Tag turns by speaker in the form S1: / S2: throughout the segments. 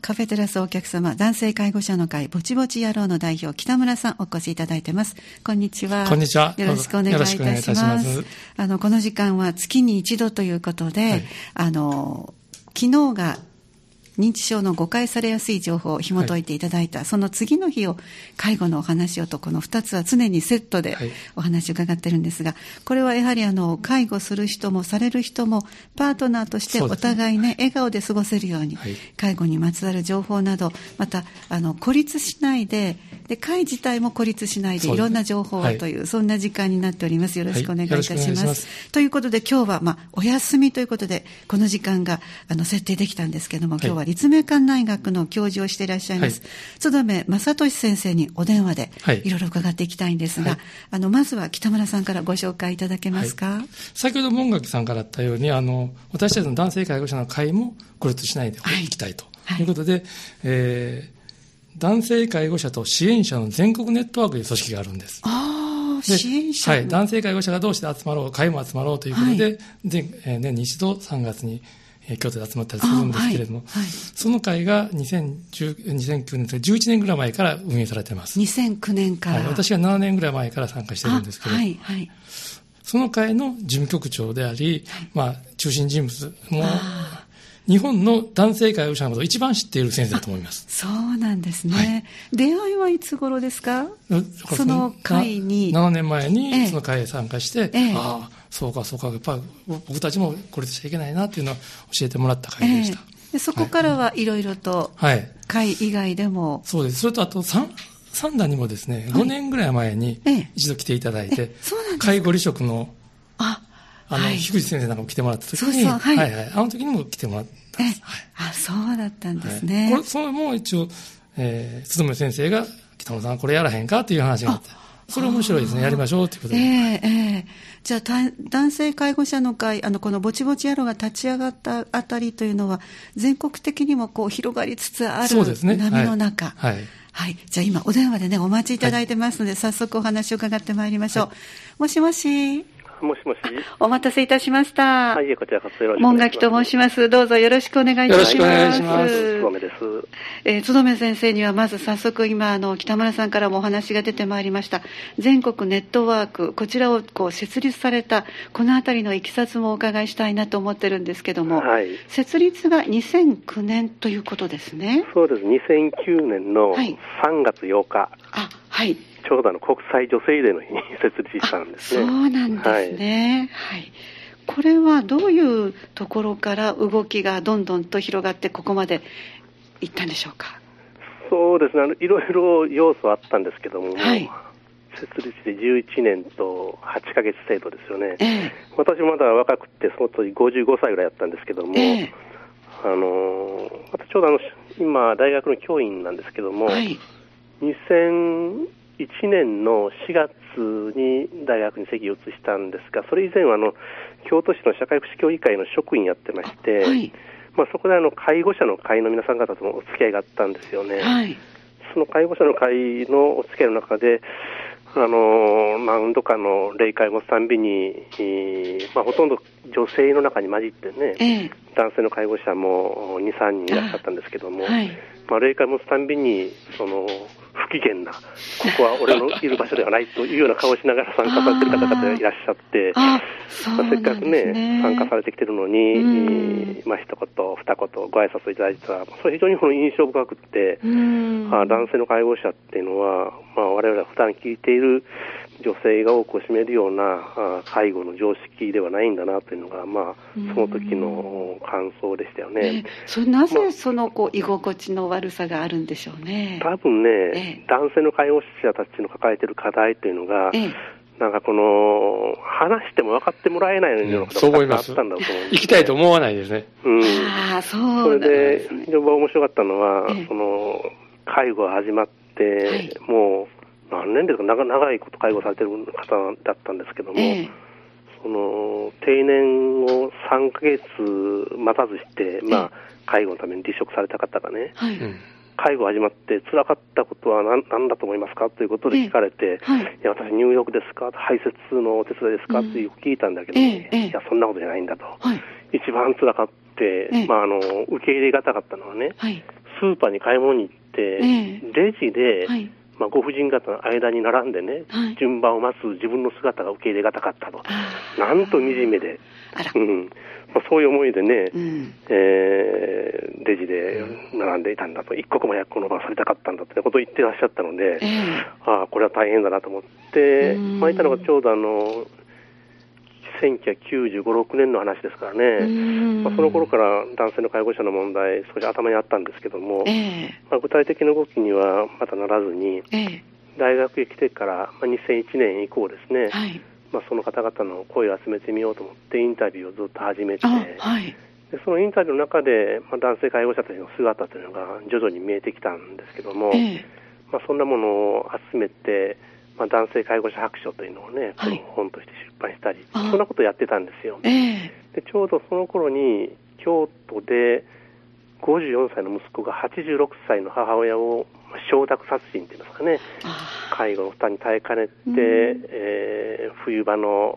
S1: カフェテラスお客様、男性介護者の会ぼちぼち野郎の代表北村さんお越しいただいてます。こんにちは。
S2: こんにちは。
S1: よろしくお願いいたします。この時間は月に一度ということで、はい、昨日が認知症の誤解されやすい情報を紐解いていただいた、はい、その次の日を介護のお話をと、この2つは常にセットでお話を伺ってるんですが、これはやはり介護する人もされる人もパートナーとしてお互いね、笑顔で過ごせるように、はい、介護にまつわる情報など、また孤立しないで、会自体も孤立しないでいろんな情報をという、そんな時間になっております。よろしくお願いいたします。ということで今日は、お休みということでこの時間が設定できたんですけども、今日は立命館大学の教授をしていらっしゃいます、津留正俊先生にお電話でいろいろ伺っていきたいんですが、まずは北村さんからご紹介いただけますか。
S2: 先ほど門垣さんからあったように私たちの男性介護者の会も孤立しないでいきたいということで、男性介護者と支援者の全国ネットワークという組織があるんです。
S1: 支援者、
S2: 男性介護者が同士で集まろう、会も集まろうということで、年に一度3月に京都で集まったりするんですけれども、その会が2009年と11年ぐらい前から運営されています。
S1: 2009年から、
S2: 私が7年ぐらい前から参加しているんですけれども、その会の事務局長であり、中心人物も日本の男性介護者のことを一番知っている先生だと思います。
S1: そうなんですね。出会いはいつ頃ですか。その会に
S2: 7年前にその会へ参加して、そうかやっぱり僕たちも孤立しちゃいけないなっていうのを教えてもらった会でした。
S1: でそこからはいろいろと会以外でも、
S2: そうです。それとあと三段にもですね、5年ぐらい前に一度来ていただいて、介護離職の樋口先生なんかも来てもらった時に、あの時にも来てもらったんです。
S1: そうだったんですね。
S2: それも一応、津留先生が北野さんこれやらへんかっていう話があって、それ面白いですね、やりましょうということで。
S1: じゃあ男性介護者の会、このぼちぼち野郎が立ち上がったあたりというのは全国的にもこう広がりつつある波の中。じゃあ今お電話でねお待ちいただいてますので、早速お話を伺ってまいりましょう。もしもし。
S3: もしもし。
S1: お待たせいたしました。
S3: こちらこそよろしくお願いします。
S1: 門垣と申します。どうぞよろしくお願いいたします。
S2: よろしくお願いします。
S3: 津留です。
S1: 津留先生にはまず早速今北村さんからもお話が出てまいりました全国ネットワーク、こちらをこう設立されたこのあたりのいきさつもお伺いしたいなと思ってるんですけども、設立が2009年ということですね。
S3: そうです。2009年の3月8日。ちょうど国際女性デーの日に設立したんですね。
S1: そうなんですね。これはどういうところから動きがどんどんと広がってここまでいったんでしょうか。
S3: そうですね。いろいろ要素あったんですけども、設立して11年と8ヶ月程度ですよね。私まだ若くてその当時55歳ぐらいだったんですけども、またちょうど今大学の教員なんですけども、2001年の4月に大学に籍を移したんですが、それ以前は京都市の社会福祉協議会の職員やってまして、そこで介護者の会の皆さん方ともお付き合いがあったんですよね。その介護者の会のお付き合いの中で何度かの例会を持つたんびに、ほとんど女性の中に混じってね、男性の介護者も2、3人いらっしゃったんですけども、例会を持つたんびに不機嫌な、ここは俺のいる場所ではないというような顔をしながら参加されている方々がいらっしゃって、せっかくね参加されてきているのに、一言二言ご挨拶をいただいたら、それ非常に印象深くって、男性の介護者っていうのは、我々が普段聞いている女性が多くを占めるような介護の常識ではないんだなというのが、その時の感想でしたよね。
S1: なぜその居心地の悪さがあるんでしょうね。
S3: 多分ね、男性の介護者たちの抱えている課題というのが、なんか話しても分かってもらえないようなことがあったんだと思うんです、
S2: 行きたいと思わないですね。
S3: それで非常に面白かったのは、介護が始まって、もう何年ですか、長いこと介護されている方だったんですけども、定年を3ヶ月待たずして、介護のために離職された方がね、介護始まって辛かったことは何だと思いますかということで聞かれて、いや私入浴ですか、排泄のお手伝いですかって聞いたんだけど、いやそんなことじゃないんだと、一番辛かって、受け入れがたかったのはね、 スーパーに買い物に行って、レジで、ご婦人方の間に並んでね、順番を待つ自分の姿が受け入れがたかったと。なんと惨めで。そういう思いでね、レジで並んでいたんだと、一刻も早くこの場を去りたかったんだということを言ってらっしゃったので、これは大変だなと思って、いたのがちょうど1995、6年の話ですからね、その頃から男性の介護者の問題、少し頭にあったんですけども、具体的な動きにはまたならずに、大学へ来てから2001年以降ですね、その方々の声を集めてみようと思ってインタビューをずっと始めて、でそのインタビューの中で、男性介護者たちの姿というのが徐々に見えてきたんですけども、そんなものを集めて、男性介護者白書というのをね、本として出版したり、そんなことをやってたんですよ。でちょうどその頃に京都で54歳の息子が86歳の母親を承諾殺人といいますかね、介護の負担に耐えかねて、冬場の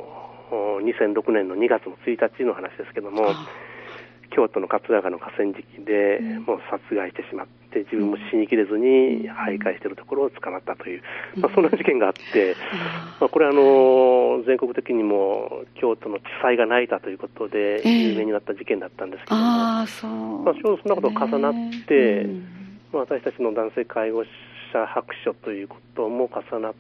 S3: 2006年の2月の1日の話ですけども、京都の桂川の河川敷でもう殺害してしまって、自分も死にきれずに徘徊しているところを捕まったという、そんな事件があって、これは全国的にも京都の地裁が泣いたということで有名になった事件だったんですけども、ちょうどそんなことが重なって、私たちの男性介護者白書ということも重なって、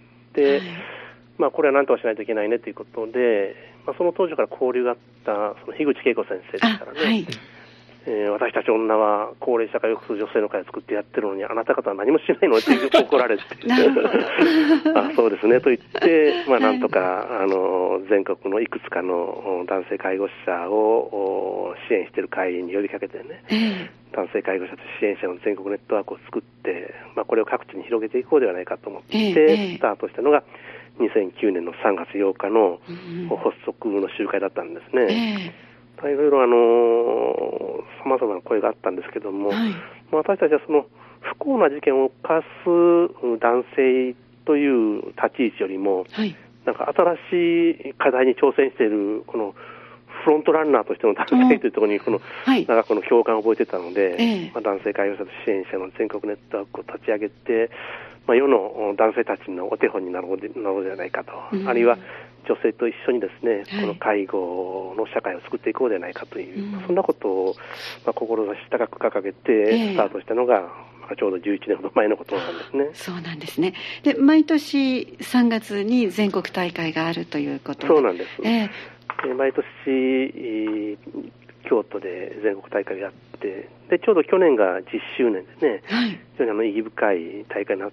S3: これは何とかしないといけないねということで、その当時から交流があったその樋口恵子先生ですからね、私たち女は高齢者がよくする女性の会を作ってやってるのに、あなた方は何もしないのって怒られてそうですねと言って、なんとか全国のいくつかの男性介護者を支援している会に呼びかけてね、男性介護者と支援者の全国ネットワークを作って、これを各地に広げていこうではないかと思ってスタートしたのが2009年の3月8日の発足の集会だったんですね。いろいろ様々な声があったんですけども、私たちはその不幸な事件を犯す男性という立ち位置よりも、なんか新しい課題に挑戦しているこのフロントランナーとしての男性というところにこの共感を覚えていたので、男性介護者と支援者の全国ネットワークを立ち上げて、世の男性たちのお手本になろうではないかと、あるいは女性と一緒にですね、この介護の社会を作っていこうではないかという、そんなことを志高く掲げてスタートしたのが、ちょうど11年ほど前のことなんですね。
S1: そうなんですね。で、毎年3月に全国大会があるということで。
S3: そうなんです。毎年京都で全国大会があって、でちょうど去年が10周年でね、非常に意義深い大会になって、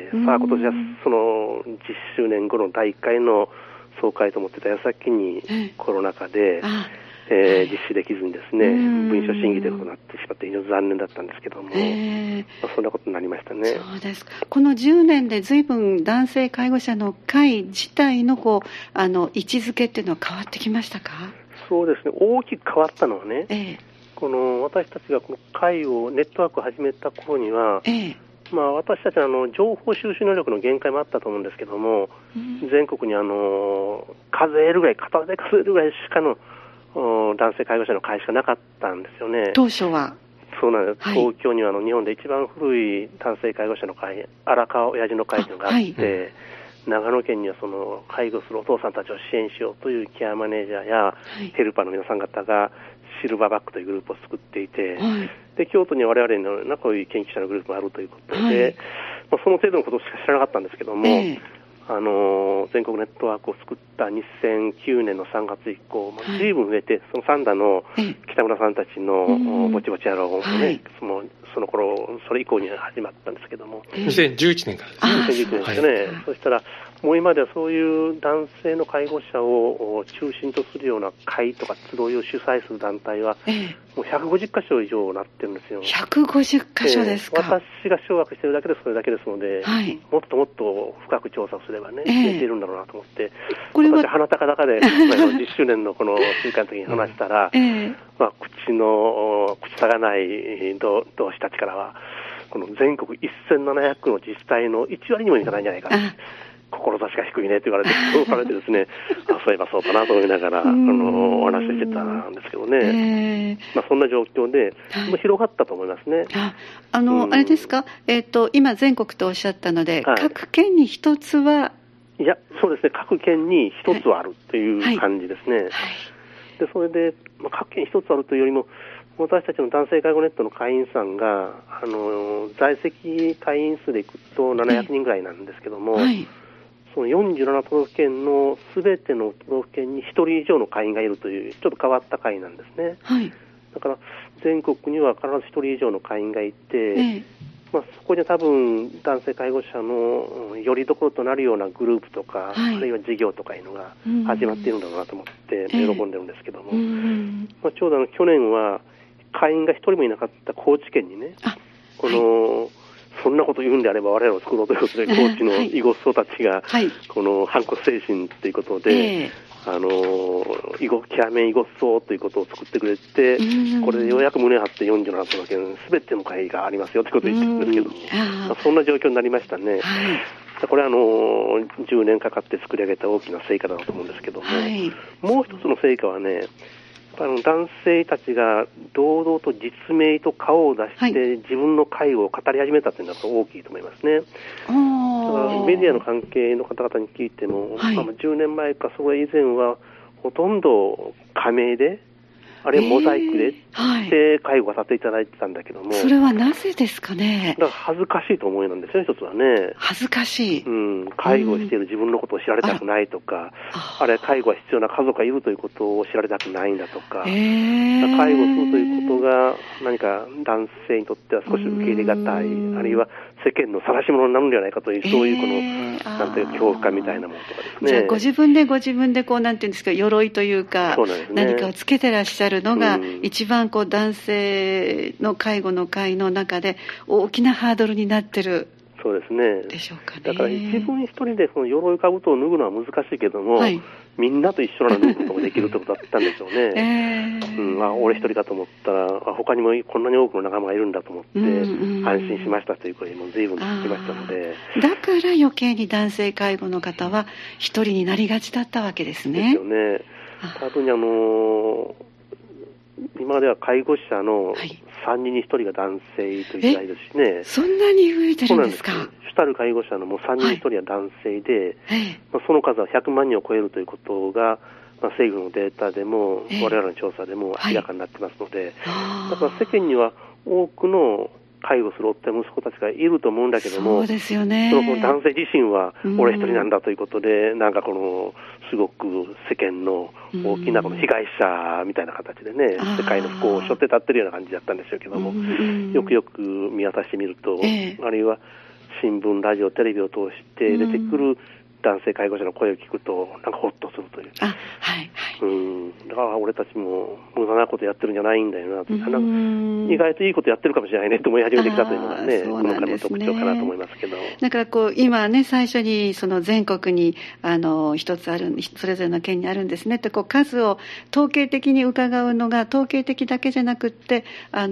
S3: さあ今年はその10周年後の第1回の総会と思ってた矢先にコロナ禍で、実施できずにですね、文書審議ということになってしまって非常に残念だったんですけども、そんなことになりましたね。
S1: そうですか。この10年で随分男性介護者の会自体の位置づけっていうのは変わってきましたか？
S3: そうですね、大きく変わったのはね、この私たちがこの会をネットワークを始めた頃には、私たちは情報収集能力の限界もあったと思うんですけども、全国に片手で数えるぐらいしかの男性介護者の会しかなかったんですよね。
S1: 当初は。
S3: そうなんです。東京には日本で一番古い男性介護者の会、荒川親父の会というのがあって、長野県にはその介護するお父さんたちを支援しようというケアマネージャーやヘルパーの皆さん方がシルバーバックというグループを作っていて、で京都には我々のようなこういう研究者のグループもあるということで、その程度のことしか知らなかったんですけども、全国ネットワークを作った2009年の3月以降、随分増えて、その三田の北村さんたちのぼちぼち野郎もね、その頃、それ以降に始まったんですけども。
S2: 2011年からですね。
S3: 2011年ですね。そしたら、もう今ではそういう男性の介護者を中心とするような会とか集いを主催する団体は、もう150カ所以上なってるんですよ。
S1: 150カ所ですか。
S3: 私が掌握してるだけでそれだけですので、もっともっと深く調査すればね、出ているんだろうなと思って、私鼻高々で10周年のこの週間の時に話したら、口差がない同志たちからは、この全国1700の自治体の1割にもいかないんじゃないか志が低いねって言われて、そうされてですね、そういえばそうかなと思いながら、お話ししてたんですけどね。そんな状況で、広がったと思いますね。
S1: あれですか、今全国とおっしゃったので、各県に一つはい
S3: や、そうですね、各県に一つはあるという感じですね。で、それで、各県一つあるというよりも、私たちの男性介護ネットの会員さんが、在籍会員数でいくと700人ぐらいなんですけども、その47都道府県のすべての都道府県に1人以上の会員がいるという、ちょっと変わった会なんですね。だから、全国には必ず1人以上の会員がいて、そこで多分、男性介護者のよりどころとなるようなグループとか、あるいは事業とかいうのが始まっているんだろうなと思って喜んでるんですけども、ちょうど去年は会員が1人もいなかった高知県にね、そんなこと言うんであれば我々を作ろうということで、高知の囲碁僧たちが、この反骨精神ということで、極め囲碁僧ということを作ってくれて、これでようやく胸張って47都道府県すべての会がありますよということを言ってるんですけど、そんな状況になりましたね。これは10年かかって作り上げた大きな成果だと思うんですけども、もう一つの成果はね、男性たちが堂々と実名と顔を出して自分の介護を語り始めたというのが大きいと思いますね。だからメディアの関係の方々に聞いても、10年前かそれ以前はほとんど仮名で、あるいはモザイクでして介護をさせていただいてたんだけども、
S1: それはなぜですかね。
S3: だから恥ずかしいと思いなんですよね、一つはね。
S1: 恥ずかしい。
S3: 介護している自分のことを知られたくないとか、あるいは介護が必要な家族がいるということを知られたくないんだとか、介護するということが何か男性にとっては少し受け入れがたい、あるいは世間の晒し者になるんではないかという、そういうこの、なんていう恐怖感みたいなものとかですね。
S1: じゃあご自分でこう、なんていうんですか、鎧というか、何かをつけてらっしゃるのが、一番こう男性の介護の会の中で大きなハードルになってる。
S3: そうですね。
S1: でしょうかね。
S3: だから自分一人でその鎧兜を脱ぐのは難しいけども、みんなと一緒なら脱ぐことができるということだったんでしょうね。俺一人かと思ったら、他にもこんなに多くの仲間がいるんだと思って、安心しましたという声も随分聞きましたので。
S1: だから余計に男性介護の方は一人になりがちだったわけですね。
S3: ですよね。多分今までは介護者の3人に1人が男性という時代ですしね。
S1: そんなに増えてるんですか。
S3: 主たる介護者のもう3人に1人は男性で、その数は100万人を超えるということが、政府のデータでも、我々の調査でも明らかになってますので、だから世間には多くの介護する夫や息子たちがいると思うんだけども、
S1: そうですよね。
S3: その男性自身は俺一人なんだということで、なんかこのすごく世間の大きなこの被害者みたいな形でね、世界の不幸を背負って立ってるような感じだったんでしょうけども、よくよく見渡してみると、あるいは新聞、ラジオ、テレビを通して出てくる男性介護者の声を聞くと、なんかホッとするという。だから俺たちも無駄なことやってるんじゃないんだよなと、意外といいことやってるかもしれないねと思い始めてきたというのがね、この彼の特徴かなと思いますけど。
S1: だからこう今ね、最初にその全国に一つある、それぞれの県にあるんですねってこう数を統計的に伺うのが統計的だけじゃなくって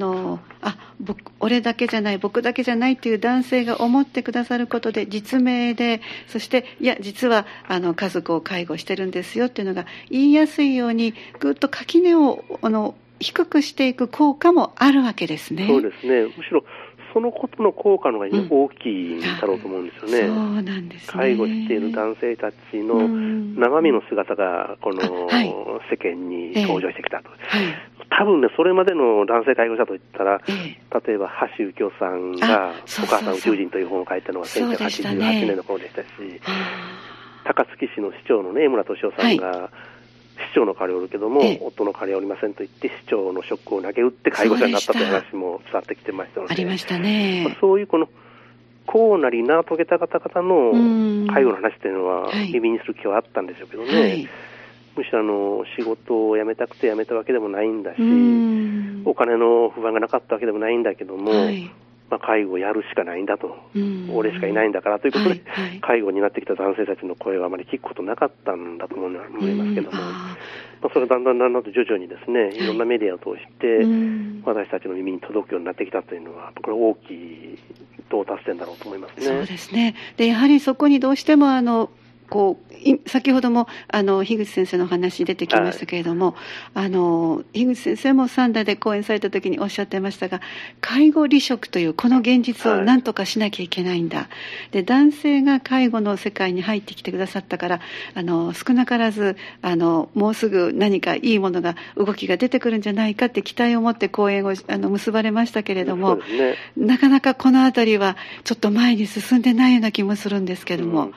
S1: 俺だけじゃない、僕だけじゃないっていう男性が思ってくださることで実名で、そしていや実は家族を介護してるんですよっていうのが言いやすいようにぐっと垣根を低くしていく効果もあるわけですね。
S3: そうですね。むしろそのことの効果の方が大きいんだろうと思うんですよね。
S1: そうなんですね。
S3: 介護している男性たちの生身の姿がこの世間に登場してきたと。多分ね、それまでの男性介護者といったら、例えば橋幸夫さんがお母さん宇宙人という本を書いたのは1988年の頃でしたし、高槻市の市長のね、江村敏夫さんが、市長の代わりをおるけども、夫の代わりはおりませんと言って市長の職を投げ打って介護者になったという話も伝わってきてましたので、
S1: ありましたね。
S3: そういうこのこうなりな遂げた方々の介護の話というのは耳にする気はあったんでしょうけどね、むしろ仕事を辞めたくて辞めたわけでもないんだし、お金の不安がなかったわけでもないんだけども、介護をやるしかないんだと、俺しかいないんだからということで、介護になってきた男性たちの声はあまり聞くことなかったんだと思いますけども、それがだんだんと徐々にですね、いろんなメディアを通して、私たちの耳に届くようになってきたというのは、これ大きい到達点だろうと思いますね。
S1: そうですね。でやはりそこにどうしても先ほども樋口先生の話出てきましたけれども、はい、樋口先生も三田で講演された時におっしゃってましたが、介護離職というこの現実を何とかしなきゃいけないんだ、はい、で男性が介護の世界に入ってきてくださったから少なからずもうすぐ何かいいものが動きが出てくるんじゃないかって期待を持って講演を結ばれましたけれども、ね、なかなかこのあたりはちょっと前に進んでないような気もするんですけども、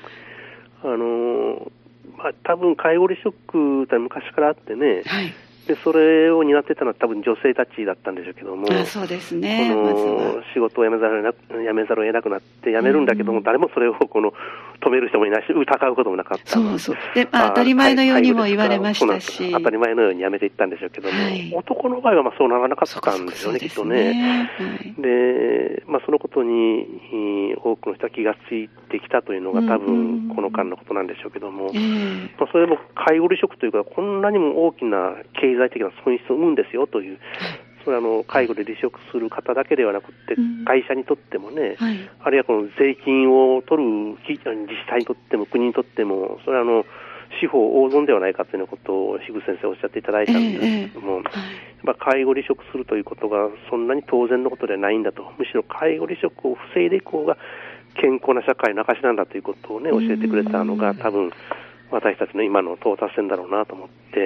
S3: 多分介護離職って昔からあってね、はい、でそれを担ってたのは多分女性たちだったんでしょうけども、
S1: そうですね、
S3: 仕事を辞めざるを得なくなって辞めるんだけども、誰もそれを止める人もいないし疑うこともなかった。
S1: そうで、当たり前のようにも言われましたし、
S3: 当たり前のように辞めていったんでしょうけども、はい、男の場合はそうならなかったんですよね、きっとね。で、そのことに多くの人は気がついてきたというのが多分この間のことなんでしょうけども、それも介護離職というかこんなにも大きな経済的な損失を生むんですよという、それは介護で離職する方だけではなくて、会社にとってもね、はい、あるいはこの税金を取る自治体にとっても国にとっても、それは司法大損ではないかというようなことを樋口先生おっしゃっていただいたんですけども、介護離職するということがそんなに当然のことではないんだと、むしろ介護離職を防いでいこうが健康な社会の証なんだということをね教えてくれたのが多分私たちの今の到達点だろうなと思って、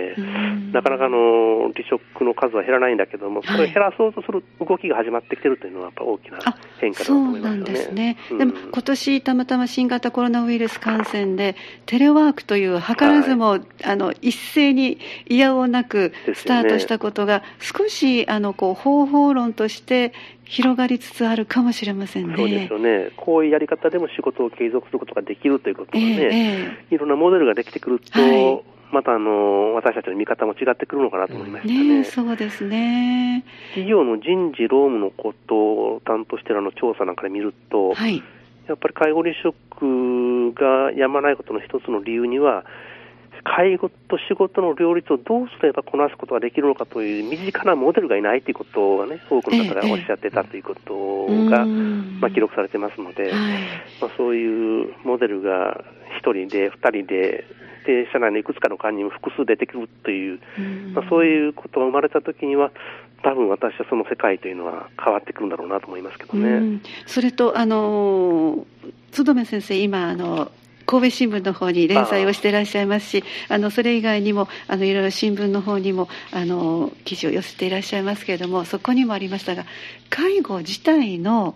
S3: なかなか離職の数は減らないんだけども、それを減らそうとする動きが始まってきているというのはやっぱ大きな変化だと思いますよね。
S1: そうなんですね。でも今年たまたま新型コロナウイルス感染でテレワークという図らずも、一斉にいやおうなくスタートしたことが少し方法論として広がりつつあるかもしれませんね。
S3: そうですよね。こういうやり方でも仕事を継続することができるということがね、いろんなモデルができてくると、はい、また私たちの見方も違ってくるのかなと思いましたね。
S1: そうですね。
S3: 企業の人事労務のことを担当している調査なんかで見ると、はい、やっぱり介護離職がやまないことの一つの理由には、介護と仕事の両立をどうすればこなすことができるのかという身近なモデルがいないということがね、多くの方がおっしゃってたということが、記録されてますので、そういうモデルが1人で2人で社内のいくつかの間にも複数出てくるという、そういうことが生まれたときには多分私はその世界というのは変わってくるんだろうなと思いますけどね。
S1: それと津留先生、今神戸新聞の方に連載をしていらっしゃいますし、それ以外にもいろいろ新聞の方にも記事を寄せていらっしゃいますけれども、そこにもありましたが、介護自体の、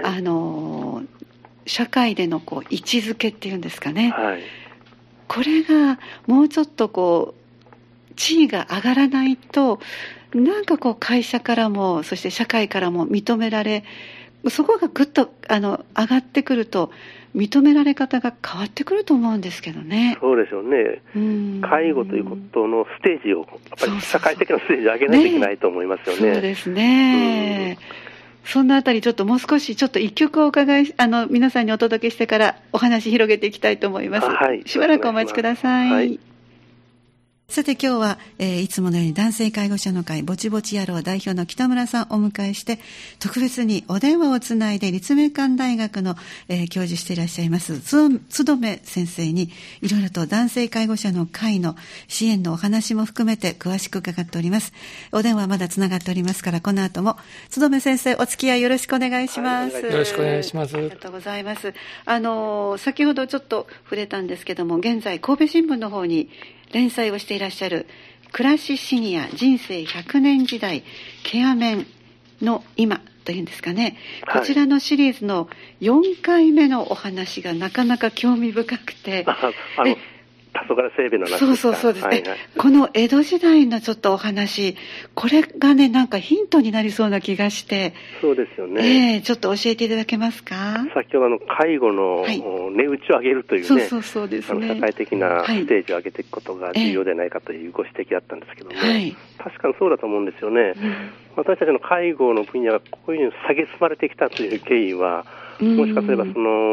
S1: 社会での位置づけっていうんですかね、これがもうちょっと地位が上がらないと、なんか会社からもそして社会からも認められ、そこがぐっと上がってくると認められ方が変わってくると思うんですけどね。
S3: そうですよね。介護ということのステージをやっぱり社会的なステージを上げないといけないと思いますよね。
S1: そうですね。そんなあたりちょっともう少し一曲を皆さんにお届けしてからお話広げていきたいと思います。しばらくお待ちください。さて今日は、いつものように男性介護者の会ぼちぼち野郎代表の北村さんをお迎えして特別にお電話をつないで立命館大学の、教授していらっしゃいます津留先生にいろいろと男性介護者の会の支援のお話も含めて詳しく伺っております。お電話まだつながっておりますから、この後も津留先生お付き合いよろしくお願いします。
S2: よろしくお願いします。
S1: ありがとうございます。先ほどちょっと触れたんですけども、現在神戸新聞の方に連載をしていらっしゃる暮らしシニア人生100年時代ケア面の今というんですかね、こちらのシリーズの4回目のお話がなかなか興味深くて、
S3: 黄昏清兵衛の話ですか。
S1: そうですね、この江戸時代のちょっとお話、これがねなんかヒントになりそうな気がして。
S3: そうですよね。
S1: ちょっと教えていただけますか。
S3: 先ほど介護の値打ちを上げるというね、
S1: そうですね、
S3: 社会的なステージを上げていくことが重要ではないかというご指摘だったんですけども、確かにそうだと思うんですよね。私たちの介護の分野がこういうふうに蔑まれてきたという経緯は、もしかすれば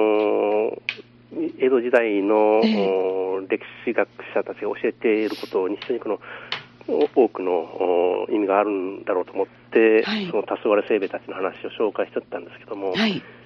S3: 江戸時代の歴史学者たちが教えていることに非常に多くの意味があるんだろうと思って、その黄昏清兵衛たちの話を紹介してたんですけども、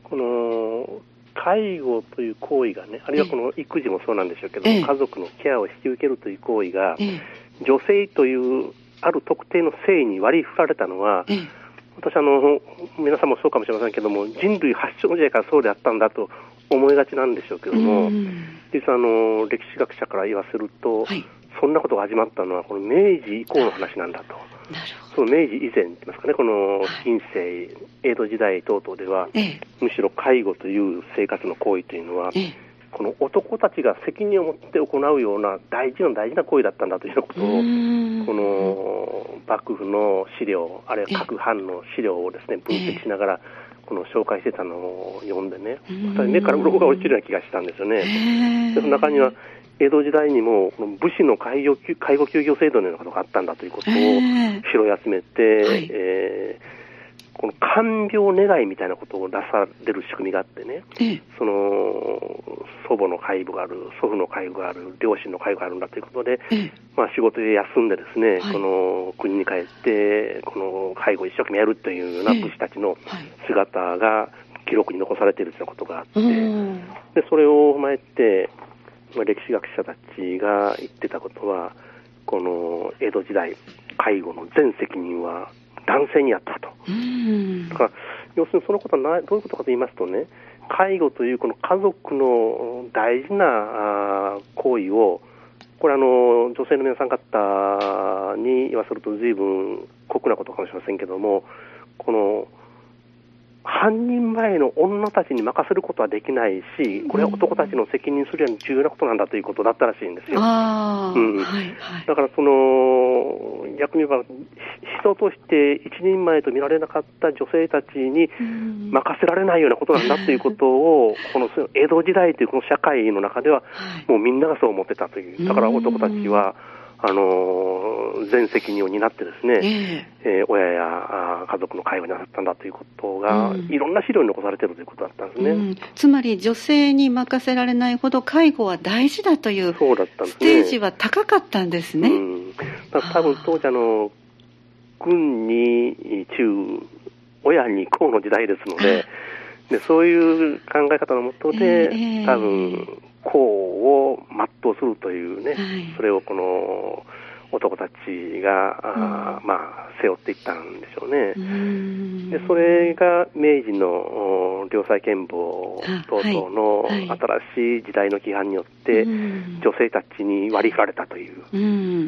S3: この介護という行為がね、あるいはこの育児もそうなんでしょうけど、家族のケアを引き受けるという行為が、女性というある特定の性に割り振られたのは、私皆さんもそうかもしれませんけども、人類発祥の時代からそうであったんだと思いがちなんでしょうけども、実は歴史学者から言わせると、そんなことが始まったのはこの明治以降の話なんだと。その明治以前といいますかね、この近世、江戸時代等々では、むしろ介護という生活の行為というのは、この男たちが責任を持って行うような大事な行為だったんだというようなことを、この幕府の資料、あるいは各藩の資料をですね、分析しながら、この紹介してたのを読んでね、目から鱗が落ちるような気がしたんですよね。でその中には江戸時代にも武士の介護休業制度のようなことがあったんだということを拾い集めて、この看病願いみたいなことを出される仕組みがあってね、その祖母の介護がある、祖父の介護がある、両親の介護があるんだということで、仕事で休んでですね、この国に帰ってこの介護を一生懸命やるというような武士たちの姿が記録に残されているということがあって、でそれを踏まえて歴史学者たちが言ってたことは、この江戸時代介護の全責任は男性にあったと。だから要するにそのことはどういうことかと言いますとね、介護というこの家族の大事な行為を、これ女性の皆さん方に言わせると随分酷なことかもしれませんけども、この半人前の女たちに任せることはできないし、これは男たちの責任するように重要なことなんだということだったらしいんですよ。だから逆に言えば人として一人前と見られなかった女性たちに任せられないようなことなんだということを、この江戸時代というこの社会の中ではもうみんながそう思ってたという。だから男たちは全責任を担ってですね、親や家族の介護になったんだということが、いろんな資料に残されているということだったんですね。
S1: つまり女性に任せられないほど介護は大事だというステージは高かったんですね。
S3: だから多分当時軍に中親に公の時代ですので、そういう考え方のもとで、多分公を全うするというね、それをこの男たちが、背負っていったんでしょうね。でそれが明治の良妻賢母等々の新しい時代の規範によって女性たちに割り振られたという、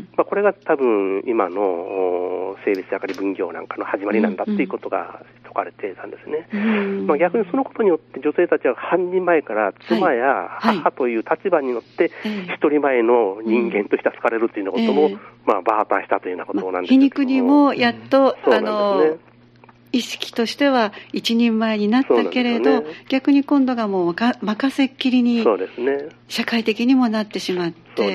S3: これが多分今の性別社会分業なんかの始まりなんだっていうことが説かれていたんですね。逆にそのことによって女性たちは半人前から妻や母という立場によって一人前の人間として扱われるというようなことも、バーターしたというようなことなんですけども、皮
S1: 肉にもやっと、意識としては一人前になったけれど、逆に今度がもう任せっきりに社会的にもなってしまって、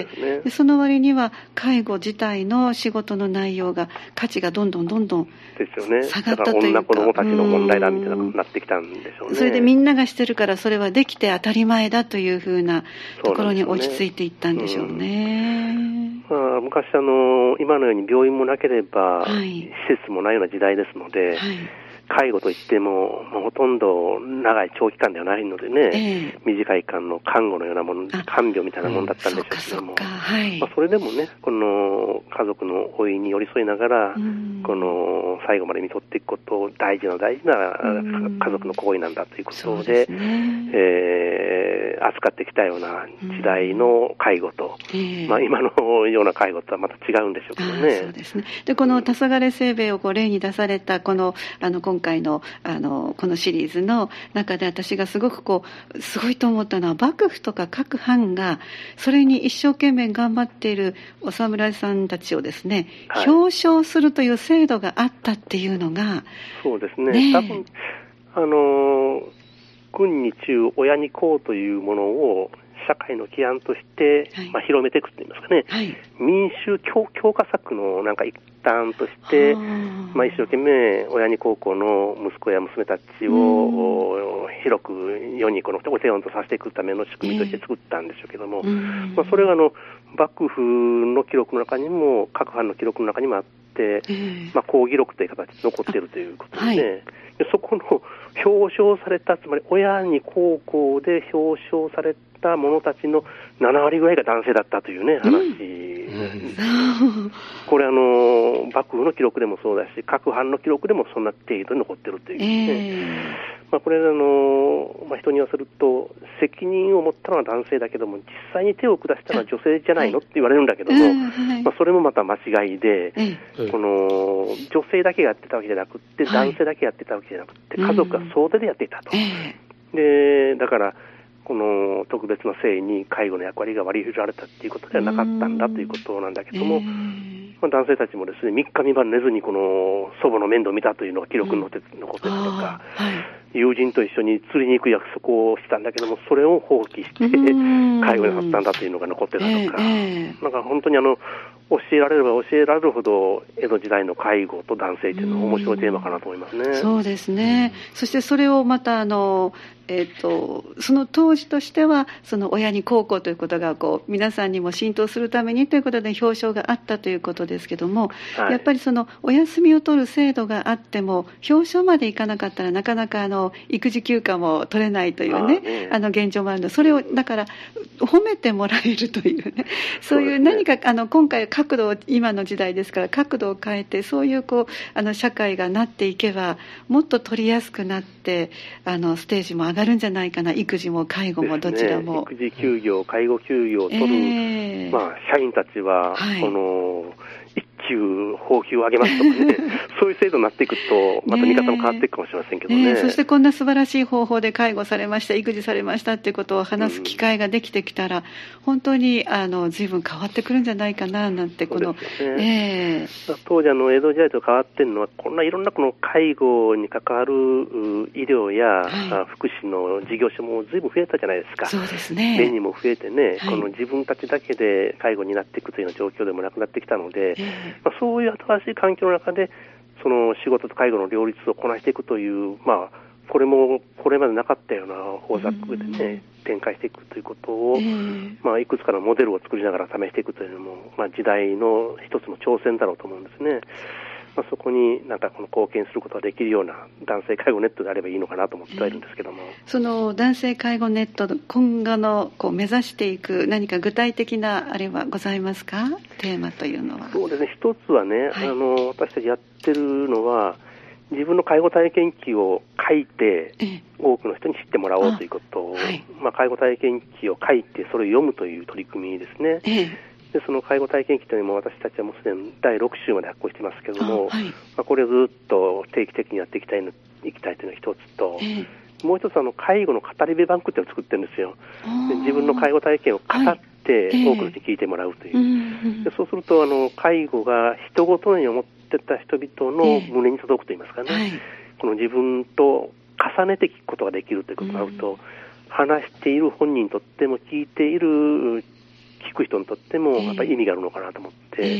S1: でその割には介護自体の仕事の内容が価値がどんどん下がったというか、
S3: 女子供たちの問題だみたいなことになってきたんでしょうね。
S1: それでみんながしてるからそれはできて当たり前だというふうなところに落ち着いていったんでしょうね。
S3: 昔今のように病院もなければ、施設もないような時代ですので、介護といっても、ほとんど長い長期間ではないのでね、短い間の看護のようなもの、看病みたいなものだったんでしょうけども、それでもね、この家族の老いに寄り添いながら、この最後まで見とっていくことを大事な家族の行為なんだということで、扱ってきたような時代の介護と、今のような介護とはまた違うんでしょうけどね。
S1: そうですね。で、この黄昏清兵衛を例に出されたこの今回のこのシリーズの中で私がすごくすごいと思ったのは、幕府とか各藩がそれに一生懸命頑張っているお侍さんたちをですね、表彰するという制度があったっていうのが、
S3: そうですね。多分軍に中親に公というものを社会の規範として、広めていくといいますかね、民衆強化策のなんか一端として、一生懸命親に高校の息子や娘たちを広く世にお手本とさせていくための仕組みとして作ったんでしょうけども、それが幕府の記録の中にも各藩の記録の中にもあって、 、講義録という形で残っているということですね。でそこの表彰された、つまり親に高校で表彰された者たちの7割ぐらいが男性だったというね、話。これ幕府の記録でもそうだし、各藩の記録でもそんな程度に残っているというね。これ人に言わせると、責任を持ったのは男性だけども、実際に手を下したのは女性じゃないのって言われるんだけども、それもまた間違いで、この女性だけがやってたわけじゃなくて、男性だけやってたわけじゃなくて、家族が総出でやっていたと。で、だから、この特別な性に介護の役割が割り振られたっていうことではなかったんだということなんだけども、男性たちもですね、3日3晩寝ずにこの祖母の面倒を見たというのが記録に残ってたりとか、友人と一緒に釣りに行く約束をしたんだけども、それを放棄して介護になったんだというのが残ってたとか、なんか本当に教えられれば教えられるほど江戸時代の介護と男性というのは面白いテーマかなと思いますね。
S1: そうですね。そしてそれをまたその当時としてはその親に孝行ということが皆さんにも浸透するためにということで表彰があったということですけども、やっぱりそのお休みを取る制度があっても表彰までいかなかったらなかなか育児休暇も取れないというね、現状もあるので、それをだから褒めてもらえるというね、そういう何か今回角度を今の時代ですから角度を変えてそういう社会がなっていけばもっと取りやすくなってステージも上がるんじゃないかな。育児も介護もどちらも、
S3: 育児休業介護休業を取る、社員たちは、一級報酬を上げますとかねそういう制度になっていくとまた見方も変わっていくかもしれませんけどね。
S1: そしてこんな素晴らしい方法で介護されました育児されましたっていうことを話す機会ができてきたら、本当に随分変わってくるんじゃないかななんて当時
S3: 江戸時代と変わっているのはこんないろんなこの介護に関わる医療や、福祉の事業所も随分増えたじゃないですか。
S1: そうですね。
S3: 目にも増えてね、この自分たちだけで介護になっていくというような状況でもなくなってきたので、そういう新しい環境の中でその仕事と介護の両立をこなしていくという、これもこれまでなかったような方策でね、展開していくということを、いくつかのモデルを作りながら試していくというのも、時代の一つの挑戦だろうと思うんですね。そこになんかこの貢献することができるような男性介護ネットであればいいのかなと思ってはいるんですけども、
S1: その男性介護ネット今後の目指していく何か具体的なあれはございますか？テーマというのは。
S3: そうですね、一つはね、私たちやってるのは自分の介護体験記を書いて多くの人に知ってもらおうということを、介護体験記を書いてそれを読むという取り組みですね。でその介護体験記というのも私たちはもうすでに第6週まで発行していますけれども、これをずっと定期的にやっていきたいというのが一つと、もう一つ介護の語り部バンクっていうのを作ってるんですよ。で自分の介護体験を語って多くの人に聞いてもらうという、でそうすると介護が人ごとに思ってた人々の胸に届くといいますかね、この自分と重ねて聞くことができるということがあると、話している本人にとっても聞いている聞く人にとってもやっぱり意味があるのかなと思って、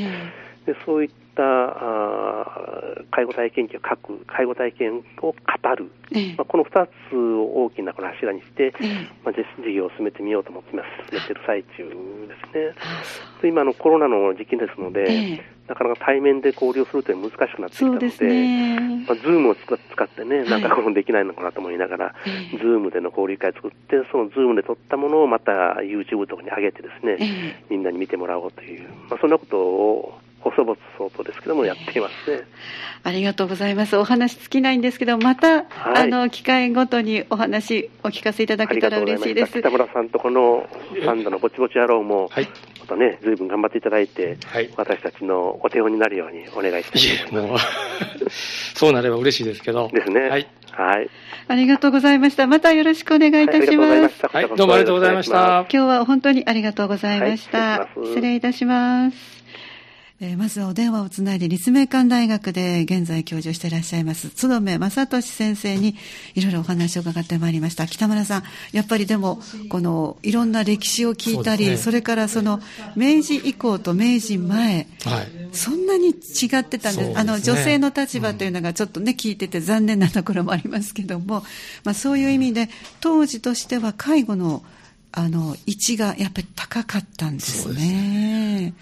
S3: でそういった介護体験記を書く、介護体験を語る、この2つを大きなこの柱にして、事業を進めてみようと思っています。やってる最中ですね。で今コロナの時期ですので、なかなか対面で交流するというのは難しくなってきたので、ズームを使ってね、なんかできないのかなと思いながら、ズームでの交流会を作って、そのズームで撮ったものをまた YouTube とかに上げてですね、みんなに見てもらおうという、そんなことを細々とですけどもやっていますね。
S1: ありがとうございます。お話尽きないんですけど、また、機会ごとにお話お聞かせいただけたら嬉しいです。
S3: 北村さんとこのサンダのぼちぼち野郎も、またね、随分頑張っていただいて、私たちのお手本になるようにお願いしたいと思います。
S2: そうなれば嬉しいですけど。
S3: ですね。
S1: ありがとうございました。またよろしくお願いいたします。
S2: どうもありがとうございました。
S1: 今日は本当にありがとうございました。失礼いたします。まずはお電話をつないで立命館大学で現在教授していらっしゃいます津留正俊先生にいろいろお話を伺ってまいりました。北村さん、やっぱりでもこのいろんな歴史を聞いたり、それからその明治以降と明治前、そんなに違ってたんです。女性の立場というのがちょっとね、聞いてて残念なところもありますけども、そういう意味で当時としては介護の位置がやっぱり高かったんですね。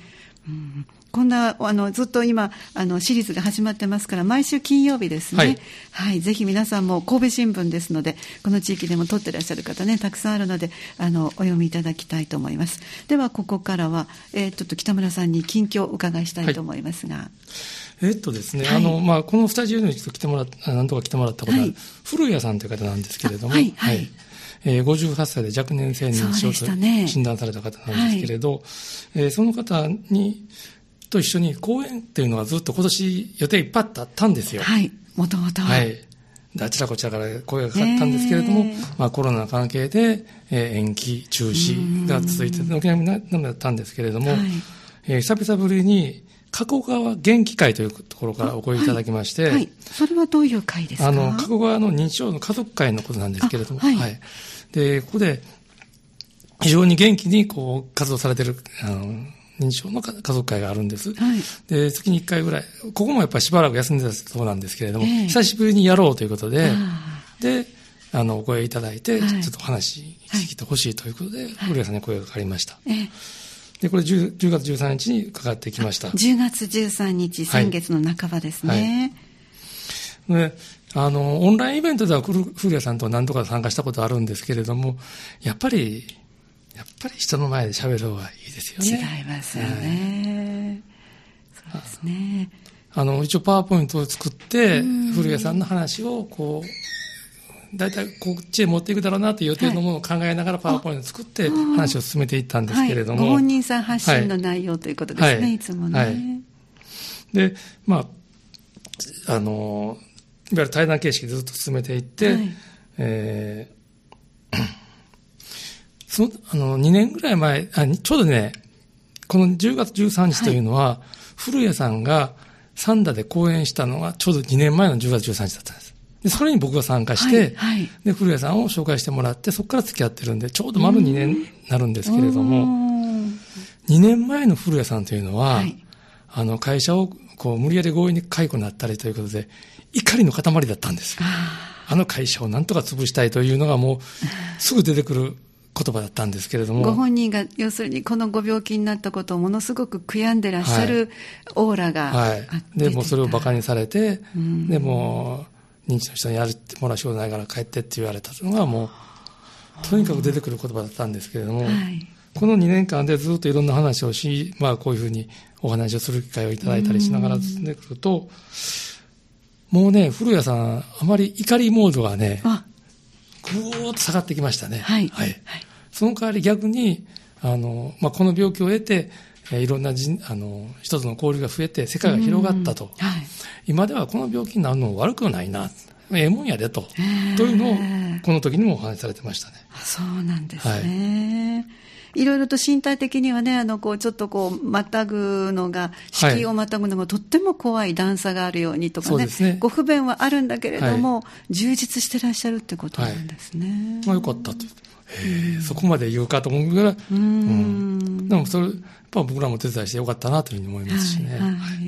S1: こんなずっと今シリーズが始まってますから、毎週金曜日ですね、はいはい、ぜひ皆さんも神戸新聞ですので、この地域でも撮ってらっしゃる方ね、たくさんあるのでお読みいただきたいと思います。ではここからは、ちょっと北村さんに近況をお伺いしたいと思いますが、
S2: ですね、はい、このスタジオに来てもらった何とか来てもらったことは、はい、古谷さんという方なんですけれども、はいはいはい、58歳で若年性認知症と診断された方なんですけれど、その方と一緒に講演っていうのはずっと今年予定いっぱいあったんですよ。
S1: はい、もともと。
S2: はい。あちらこちらから声がかかったんですけれども、コロナの関係で、延期、中止が続いて、軒並みだったんですけれども、久々ぶりに加古川元気会というところからお声いただきまして、はいはい、
S1: それはどういう会ですか？
S2: 加古川の認知症の家族会のことなんですけれども、はいはい、でここで非常に元気に活動されている認知症の家族会があるんです、はい、で月に1回ぐらい、ここもやっぱりしばらく休んでたそうなんですけれども、久しぶりにやろうということで、お声いただいて、ちょっとお話聞いてほしいということで、古谷さんに声がかかりました。でこれ 10月13日にかかってきました。
S1: 10月13日、先月の半ばですね。
S2: はい、でオンラインイベントでは古谷さんと何度か参加したことあるんですけれども、やっぱり人の前で喋る方がいいですよね。
S1: 違いますよね。そうですね。
S2: 一応パワーポイントを作って、古谷さんの話をだいたいこっちへ持っていくだろうなという予定のものを考えながらパワーポイントを作って話を進めていったんですけれども、
S1: ご本人さん発信の内容ということですね、いつもね。はい、
S2: で、いわゆる対談形式でずっと進めていって、2年ぐらい前、ちょうどね、この10月13日というのは、古谷さんが三田で講演したのがちょうど2年前の10月13日だったんです。でそれに僕が参加して、で古谷さんを紹介してもらって、そこから付き合ってるんで、ちょうど丸2年になるんですけれども、2年前の古谷さんというのは、会社を無理やり強引に解雇になったりということで、怒りの塊だったんですよ。会社をなんとか潰したいというのがもうすぐ出てくる言葉だったんですけれども、
S1: ご本人が要するにこのご病気になったことをものすごく悔やんでらっしゃるオーラがあって、
S2: でもそれを馬鹿にされて、でも認知の人にやってもらう仕事ないから帰ってって言われたのがもうとにかく出てくる言葉だったんですけれども、この2年間でずっといろんな話をし、こういうふうにお話をする機会をいただいたりしながら進んでくると、もうね、古谷さんあまり怒りモードがね、ぐーっと下がってきましたね。その代わり逆にこの病気を得て、いろんな一つの交流が増えて世界が広がったと、今ではこの病気になるのも悪くないな、もんやでというのをこの時にもお話しされてましたね。
S1: そうなんですね。いろいろと身体的にはね、ちょっとまたぐのが、子宮をまたぐのがとっても怖い段差があるようにとかね、ご不便はあるんだけれども、充実してらっしゃるってことなんですね。
S2: よかったと。そこまで言うかと思うぐらい、でもそれやっぱ僕らも手伝いしてよかったなというふうに思いますしね。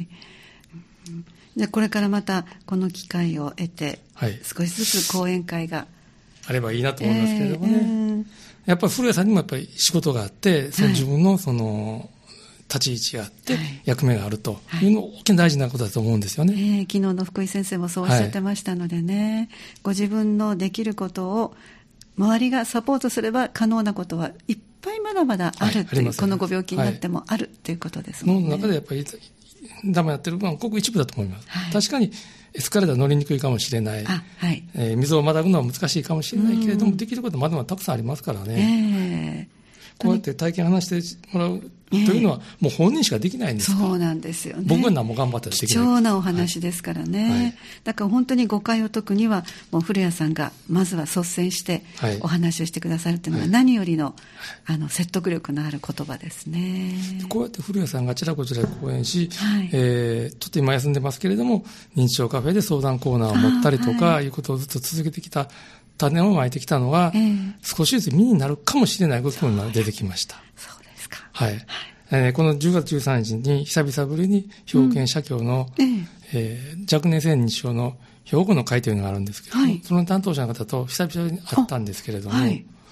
S1: でこれからまたこの機会を得て、少しずつ講演会が
S2: あればいいなと思いますけれどもね。やっぱり古谷さんにもやっぱり仕事があって、自分の立ち位置があって、役目があるというのが大きな大事なことだと思うんですよね。
S1: 昨日の福井先生もそうおっしゃってましたのでね、ご自分のできることを周りがサポートすれば可能なことはいっぱいまだまだあるっていう、このご病気になってもあるということですもんね。
S2: その中でやっぱりダメやってる分はごく一部だと思います。確かにエスカレーター乗りにくいかもしれない、溝をまたぐのは難しいかもしれないけれども、できることまだまだたくさんありますからね。こうやって体験話してもらうというのは、もう本人しかできないんですから。
S1: そうなんですよね。
S2: 僕は何も頑張ったらできない。
S1: 貴重なお話ですからね。だから本当に誤解を解くには、もう古谷さんがまずは率先してお話をしてくださるというのが何よりの、説得力のある言葉ですね。
S2: こうやって古谷さんがあちらこちらで講演し、ちょっと今休んでますけれども、認知症カフェで相談コーナーを持ったりとか、いうことをずっと続けてきた。種をまいてきたのが、少しずつ身になるかもしれないことが出てきました。
S1: そうですか。
S2: この10月13日に久々ぶりに兵庫県社協の、若年性認知症の兵庫の会というのがあるんですけども、その担当者の方と久々に会ったんですけれども、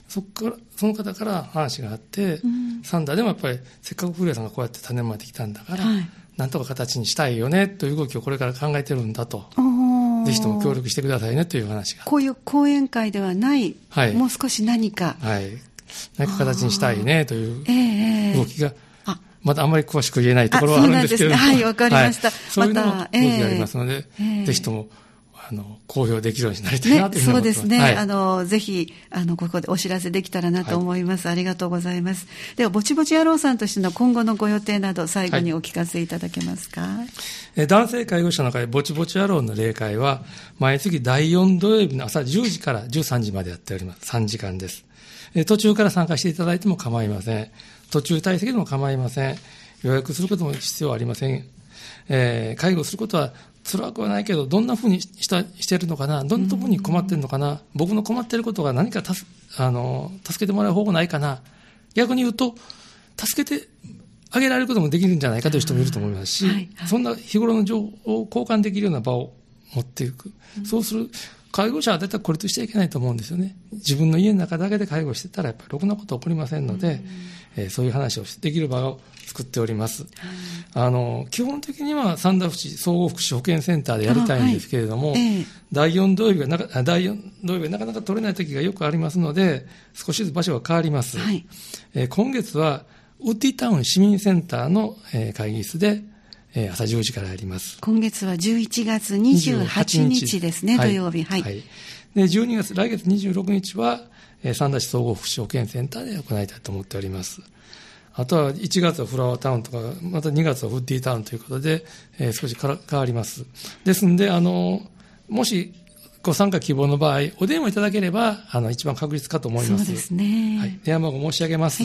S2: その方から話があって、サンダーでもやっぱりせっかく古谷さんがこうやって種まいてきたんだから、なんとか形にしたいよねという動きをこれから考えてるんだと。ぜひとも協力してくださいねという話が。
S1: こういう講演会ではない、もう少し何か。
S2: 何か形にしたいねという動きが、まだあんまり詳しく言えないところはあるんですけれども。
S1: はい、わかりました。
S2: そういうのも動きがありますので、ぜひとも、公表できるようになりたいなというふうに思ってます。
S1: そうですね。ぜひ、ここでお知らせできたらなと思います。ありがとうございます。では、ぼちぼち野郎さんとしての今後のご予定など、最後にお聞かせいただけますか。
S2: 男性介護者の会、ぼちぼち野郎の例会は、毎月第4土曜日の朝10時から13時までやっております。3時間です。途中から参加していただいても構いません。途中退席でも構いません。予約することも必要はありません。介護することは辛くはないけど、どんなふうにしてるのかな、どんなところに困ってるのかな、僕の困ってることが何か助けてもらう方法ないかな、逆に言うと、助けてあげられることもできるんじゃないかという人もいると思いますし、そんな日頃の情報を交換できるような場を持っていく。そうする介護者は絶対孤立しちゃいけないと思うんですよね。自分の家の中だけで介護してたらやっぱりろくなこと起こりませんので、そういう話をできる場を作っております。基本的には三田淵総合福祉保健センターでやりたいんですけれども、第4土曜日がなかなか取れない時がよくありますので、少しずつ場所が変わります。今月はウッディタウン市民センターの会議室で朝10時からやります。
S1: 今月は11月28日ですね、土曜日。
S2: で、12月、来月26日は、三田市総合福祉保健センターで行いたいと思っております。あとは1月はフラワータウンとか、また2月はフッディタウンということで、少し変わります。ですんで、もしご参加希望の場合、お電話いただければ、一番確実かと思います。
S1: そうですね。
S2: 電話番号申し上げます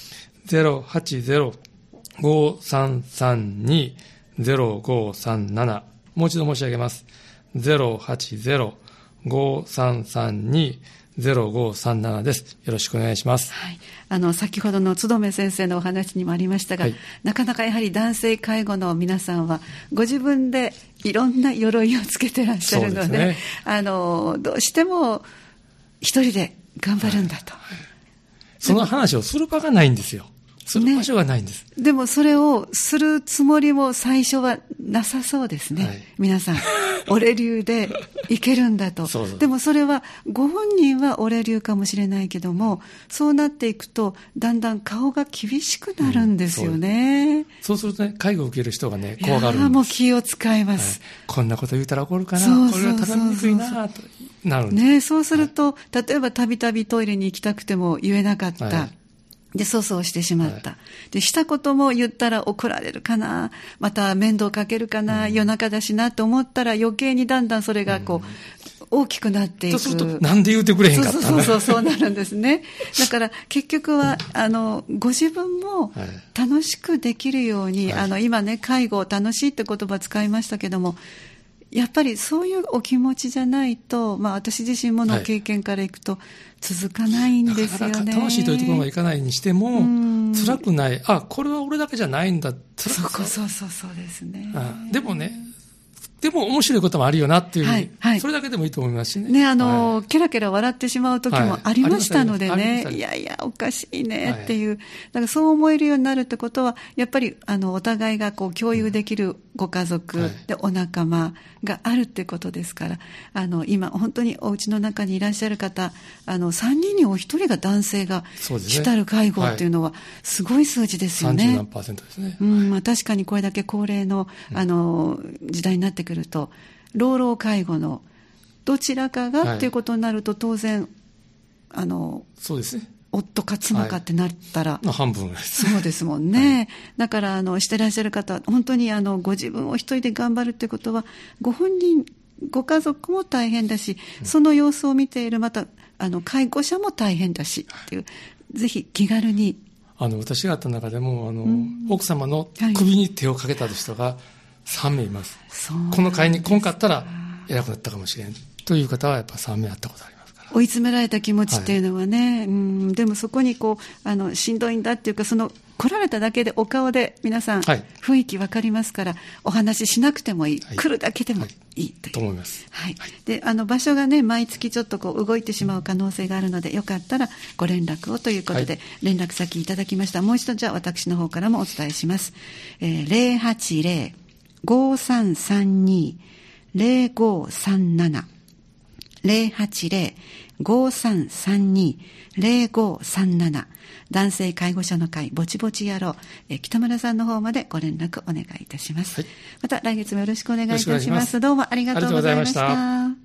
S2: 。080-5332-0537。もう一度申し上げます。080-5332-0537です。よろしくお願いします。
S1: 先ほどの津留先生のお話にもありましたが、なかなかやはり男性介護の皆さんはご自分でいろんな鎧をつけてらっしゃるので、どうしても一人で頑張るんだと。
S2: その話をする場がないんですよ。する場所がないんです。
S1: でもそれをするつもりも最初はなさそうですね。皆さん、俺流でいけるんだと。でもそれはご本人は俺流かもしれないけども、そうなっていくとだんだん顔が厳しくなるんですよね。
S2: そうするとね、介護を受ける人がね、怖がるんです。
S1: もう気を使います。
S2: こんなこと言うたら怒るかな、これは頼みにくいなとなるんです。
S1: そうすると、例えばたびたびトイレに行きたくても言えなかった。で、粗相してしまった。で、したことも言ったら怒られるかな、また面倒かけるかな、夜中だしなと思ったら余計にだんだんそれが大きくなっていく。
S2: そうすると、なんで言うてくれへんかったの？
S1: そうなるんですね。だから結局は、ご自分も楽しくできるように、今ね、介護楽しいって言葉使いましたけども、やっぱりそういうお気持ちじゃないと、私自身もの経験からいくと続かないんですよね。
S2: なかなか楽しいというところまでいかないにしても、辛くない。これは俺だけじゃないんだ。
S1: そうですね。
S2: でもね、でも面白いこともあるよなっていう、それだけでもいいと思いますしね。
S1: ケラケラ笑ってしまう時もありましたのでね、いやおかしいねっていう、だからそう思えるようになるってことは、やっぱりお互いが共有できるご家族でお仲間があるってことですから、今本当にお家の中にいらっしゃる方、3人にお一人が男性が主たる介護っていうのはすごい数字ですよね。
S2: 30何%ですね。
S1: 確かにこれだけ高齢の時代になってくると、老老介護のどちらかがっていうことになると、当然
S2: そうですね、
S1: 夫か妻かってなったら、
S2: 半分です。
S1: そうですもんね。だからしてらっしゃる方、本当にご自分を一人で頑張るってことは、ご本人ご家族も大変だし、その様子を見ているまた介護者も大変だしっていう、ぜひ気軽に。
S2: 私があった中でも奥様の首に手をかけた人が3名います。この会に来んかったら偉くなったかもしれんという方はやっぱ3名あったことありますから。
S1: 追い詰められた気持ちっていうのはね、でもそこにこうしんどいんだっていうか、来られただけでお顔で皆さん、雰囲気分かりますから、お話ししなくてもいい、来るだけでもいいという。
S2: と思います。
S1: で、場所がね、毎月ちょっとこう動いてしまう可能性があるので、よかったらご連絡をということで、連絡先いただきました。もう一度じゃあ私の方からもお伝えします。080-5332-0537 080-5332-0537 男性介護者の会ぼちぼち野郎、北村さんの方までご連絡お願いいたします。また来月もよろしくお願いいたします。どうもありがとうございました。